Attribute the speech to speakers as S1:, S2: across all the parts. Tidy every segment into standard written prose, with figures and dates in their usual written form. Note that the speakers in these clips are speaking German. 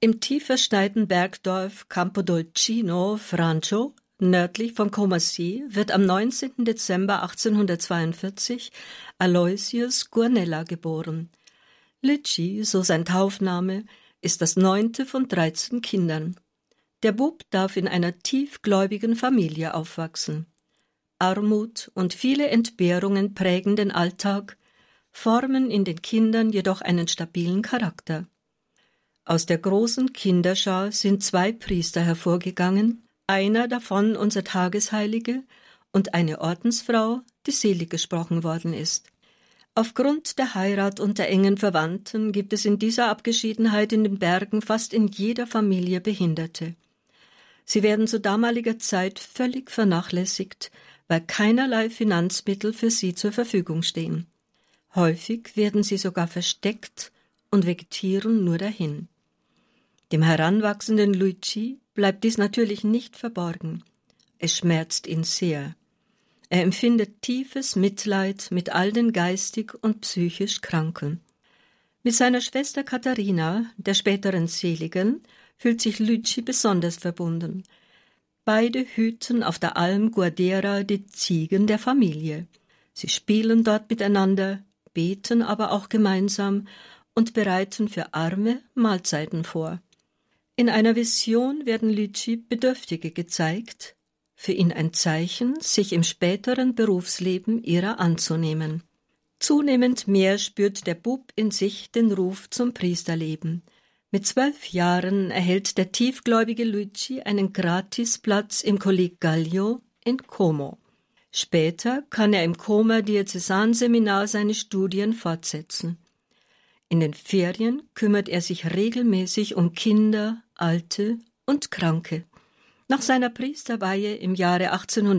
S1: Im tief verschneiten Bergdorf Campodolcino, Francio, nördlich von Commercy, wird am 19. Dezember 1842 Aloysius Guarnella geboren. Luigi, so sein Taufname, ist das 9. von 13 Kindern. Der Bub darf in einer tiefgläubigen Familie aufwachsen. Armut und viele Entbehrungen prägen den Alltag, formen in den Kindern jedoch einen stabilen Charakter. Aus der großen Kinderschar sind 2 Priester hervorgegangen, einer davon unser Tagesheilige und eine Ordensfrau, die selig gesprochen worden ist. Aufgrund der Heirat unter engen Verwandten gibt es in dieser Abgeschiedenheit in den Bergen fast in jeder Familie Behinderte. Sie werden zu damaliger Zeit völlig vernachlässigt, weil keinerlei Finanzmittel für sie zur Verfügung stehen. Häufig werden sie sogar versteckt und vegetieren nur dahin. Dem heranwachsenden Luigi bleibt dies natürlich nicht verborgen. Es schmerzt ihn sehr. Er empfindet tiefes Mitleid mit all den geistig und psychisch Kranken. Mit seiner Schwester Katharina, der späteren Seligen, fühlt sich Luigi besonders verbunden. Beide hüten auf der Alm Guardera die Ziegen der Familie. Sie spielen dort miteinander, beten aber auch gemeinsam und bereiten für Arme Mahlzeiten vor. In einer Vision werden Luigi Bedürftige gezeigt, für ihn ein Zeichen, sich im späteren Berufsleben ihrer anzunehmen. Zunehmend mehr spürt der Bub in sich den Ruf zum Priesterleben. Mit 12 Jahren erhält der tiefgläubige Luigi einen Gratisplatz im Kolleg Gallio in Como. Später kann er im Comer Diözesanseminar seine Studien fortsetzen. In den Ferien kümmert er sich regelmäßig um Kinder, Alte und Kranke. Nach seiner Priesterweihe im Jahre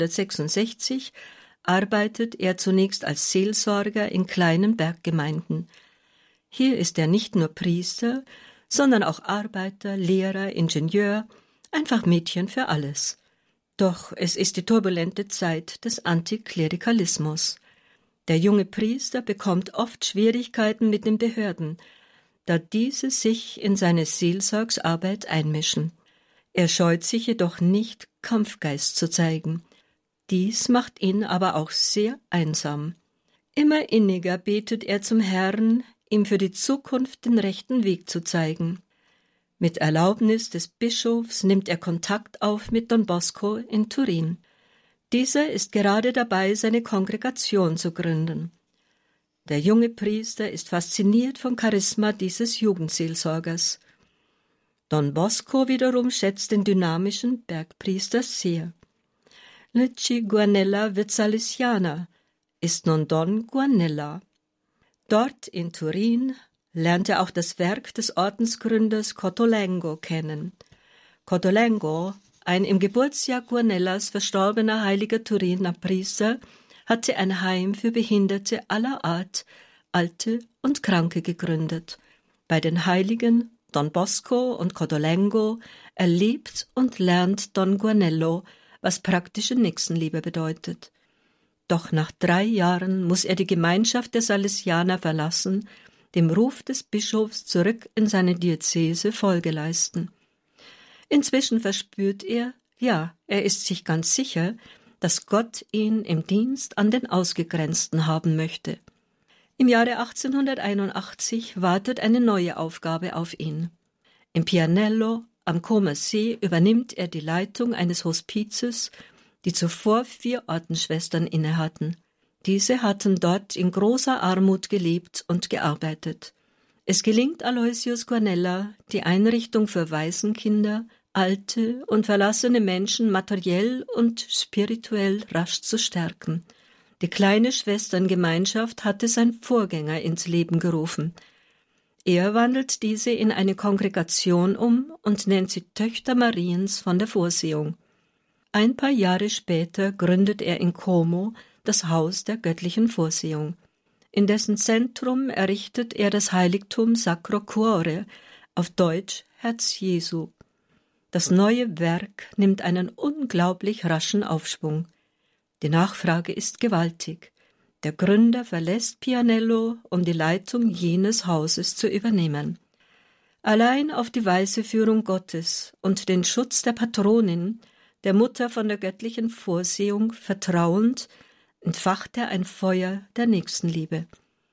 S1: 1866 arbeitet er zunächst als Seelsorger in kleinen Berggemeinden. Hier ist er nicht nur Priester, sondern auch Arbeiter, Lehrer, Ingenieur, einfach Mädchen für alles. Doch es ist die turbulente Zeit des Antiklerikalismus. Der junge Priester bekommt oft Schwierigkeiten mit den Behörden, da diese sich in seine Seelsorgsarbeit einmischen. Er scheut sich jedoch nicht, Kampfgeist zu zeigen. Dies macht ihn aber auch sehr einsam. Immer inniger betet er zum Herrn, ihm für die Zukunft den rechten Weg zu zeigen. Mit Erlaubnis des Bischofs nimmt er Kontakt auf mit Don Bosco in Turin. Dieser ist gerade dabei, seine Kongregation zu gründen. Der junge Priester ist fasziniert vom Charisma dieses Jugendseelsorgers. Don Bosco wiederum schätzt den dynamischen Bergpriester sehr. Luigi Guarnella wird Salesianer, ist nun Don Guarnella. Dort in Turin lernt er auch das Werk des Ordensgründers Cottolengo kennen. Cottolengo, ein im Geburtsjahr Guarnellas verstorbener heiliger Turiner Priester, hatte ein Heim für Behinderte aller Art, Alte und Kranke gegründet. Bei den Heiligen Don Bosco und Cottolengo erlebt und lernt Don Guarnello, was praktische Nächstenliebe bedeutet. Doch nach 3 Jahren muss er die Gemeinschaft der Salesianer verlassen, dem Ruf des Bischofs zurück in seine Diözese Folge leisten. Inzwischen verspürt er, ja, er ist sich ganz sicher, dass Gott ihn im Dienst an den Ausgegrenzten haben möchte. Im Jahre 1881 wartet eine neue Aufgabe auf ihn. Im Pianello am Comer See übernimmt er die Leitung eines Hospizes, die zuvor 4 Ordensschwestern innehatten. Diese hatten dort in großer Armut gelebt und gearbeitet. Es gelingt Aloysius Guarnella, die Einrichtung für Waisenkinder, alte und verlassene Menschen materiell und spirituell rasch zu stärken. Die kleine Schwesterngemeinschaft hatte sein Vorgänger ins Leben gerufen. Er wandelt diese in eine Kongregation um und nennt sie Töchter Mariens von der Vorsehung. Ein paar Jahre später gründet er in Como das Haus der göttlichen Vorsehung. In dessen Zentrum errichtet er das Heiligtum Sacro Cuore, auf Deutsch Herz Jesu. Das neue Werk nimmt einen unglaublich raschen Aufschwung. Die Nachfrage ist gewaltig. Der Gründer verlässt Pianello, um die Leitung jenes Hauses zu übernehmen. Allein auf die weise Führung Gottes und den Schutz der Patronin, der Mutter von der göttlichen Vorsehung, vertrauend, entfacht er ein Feuer der Nächstenliebe.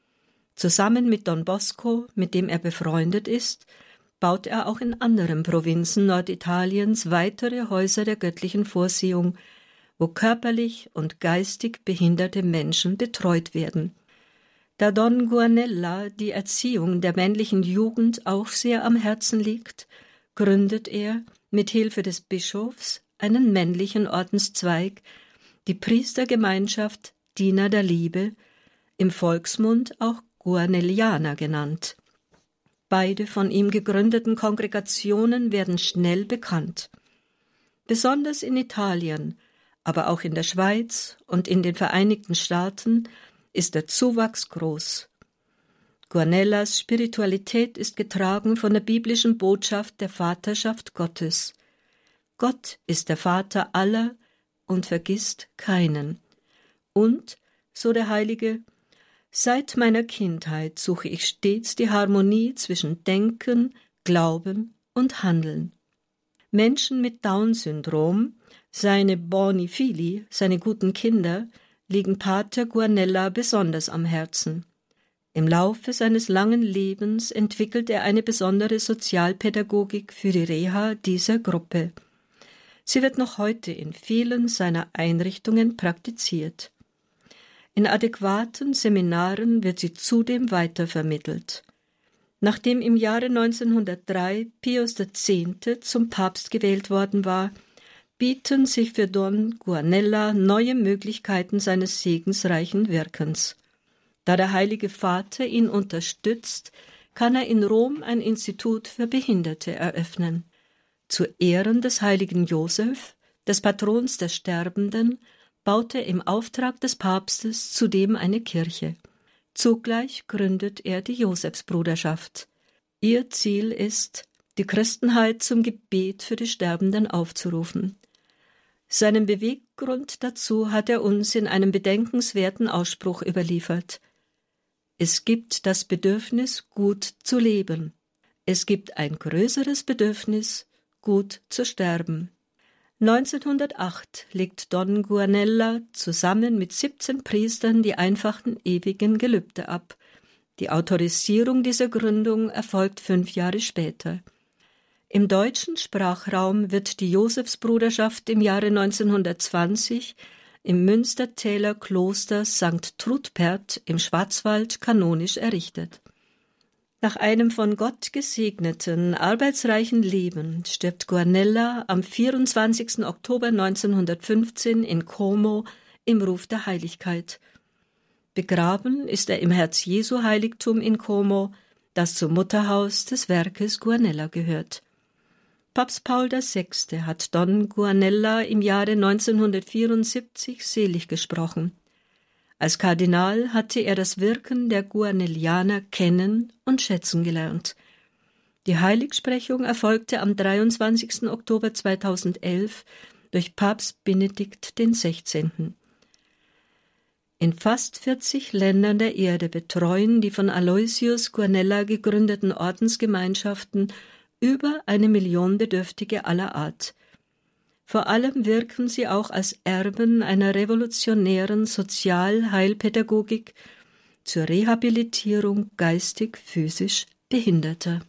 S1: Zusammen mit Don Bosco, mit dem er befreundet ist, baut er auch in anderen Provinzen Norditaliens weitere Häuser der göttlichen Vorsehung, wo körperlich und geistig behinderte Menschen betreut werden. Da Don Guanella die Erziehung der männlichen Jugend auch sehr am Herzen liegt, gründet er mit Hilfe des Bischofs einen männlichen Ordenszweig, die Priestergemeinschaft Diener der Liebe, im Volksmund auch Guanellianer genannt. Beide von ihm gegründeten Kongregationen werden schnell bekannt. Besonders in Italien, aber auch in der Schweiz und in den Vereinigten Staaten ist der Zuwachs groß. Guanellas Spiritualität ist getragen von der biblischen Botschaft der Vaterschaft Gottes. Gott ist der Vater aller und vergisst keinen. Und, so der Heilige, seit meiner Kindheit suche ich stets die Harmonie zwischen Denken, Glauben und Handeln. Menschen mit Down-Syndrom, seine Boni Fili, seine guten Kinder, liegen Pater Guanella besonders am Herzen. Im Laufe seines langen Lebens entwickelt er eine besondere Sozialpädagogik für die Reha dieser Gruppe. Sie wird noch heute in vielen seiner Einrichtungen praktiziert. In adäquaten Seminaren wird sie zudem weitervermittelt. Nachdem im Jahre 1903 Pius X. zum Papst gewählt worden war, bieten sich für Don Guanella neue Möglichkeiten seines segensreichen Wirkens. Da der Heilige Vater ihn unterstützt, kann er in Rom ein Institut für Behinderte eröffnen. Zu Ehren des heiligen Josef, des Patrons der Sterbenden, baut er im Auftrag des Papstes zudem eine Kirche. Zugleich gründet er die Josefsbruderschaft. Ihr Ziel ist, die Christenheit zum Gebet für die Sterbenden aufzurufen. Seinen Beweggrund dazu hat er uns in einem bedenkenswerten Ausspruch überliefert. Es gibt das Bedürfnis, gut zu leben. Es gibt ein größeres Bedürfnis, gut zu sterben. 1908 legt Don Guanella zusammen mit 17 Priestern die einfachen ewigen Gelübde ab. Die Autorisierung dieser Gründung erfolgt 5 Jahre später. Im deutschen Sprachraum wird die Josefsbruderschaft im Jahre 1920 im Münstertäler Kloster St. Trudpert im Schwarzwald kanonisch errichtet. Nach einem von Gott gesegneten, arbeitsreichen Leben stirbt Guanella am 24. Oktober 1915 in Como im Ruf der Heiligkeit. Begraben ist er im Herz-Jesu-Heiligtum in Como, das zum Mutterhaus des Werkes Guanella gehört. Papst Paul VI. Hat Don Guanella im Jahre 1974 selig gesprochen. Als Kardinal hatte er das Wirken der Guanellianer kennen und schätzen gelernt. Die Heiligsprechung erfolgte am 23. Oktober 2011 durch Papst Benedikt XVI. In fast 40 Ländern der Erde betreuen die von Aloysius Guanella gegründeten Ordensgemeinschaften über 1 Million Bedürftige aller Art. Vor allem wirken sie auch als Erben einer revolutionären Sozialheilpädagogik zur Rehabilitierung geistig-physisch Behinderter.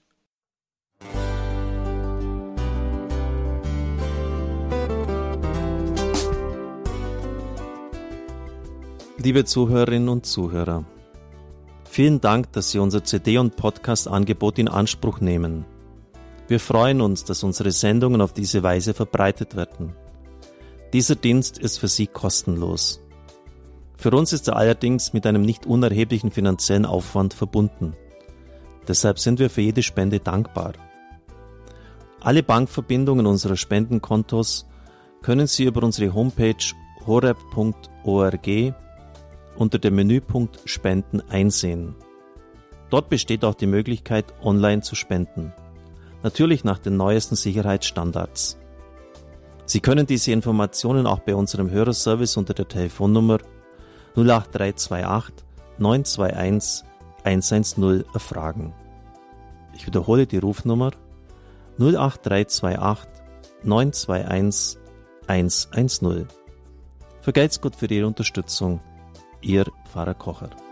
S2: Liebe Zuhörerinnen und Zuhörer, vielen Dank, dass Sie unser CD- und Podcast-Angebot in Anspruch nehmen. Wir freuen uns, dass unsere Sendungen auf diese Weise verbreitet werden. Dieser Dienst ist für Sie kostenlos. Für uns ist er allerdings mit einem nicht unerheblichen finanziellen Aufwand verbunden. Deshalb sind wir für jede Spende dankbar. Alle Bankverbindungen unserer Spendenkontos können Sie über unsere Homepage horeb.org unter dem Menüpunkt Spenden einsehen. Dort besteht auch die Möglichkeit, online zu spenden. Natürlich nach den neuesten Sicherheitsstandards. Sie können diese Informationen auch bei unserem Hörerservice unter der Telefonnummer 08328 921 110 erfragen. Ich wiederhole die Rufnummer 08328 921 110. Vergelt's Gott für Ihre Unterstützung. Ihr Pfarrer Kocher.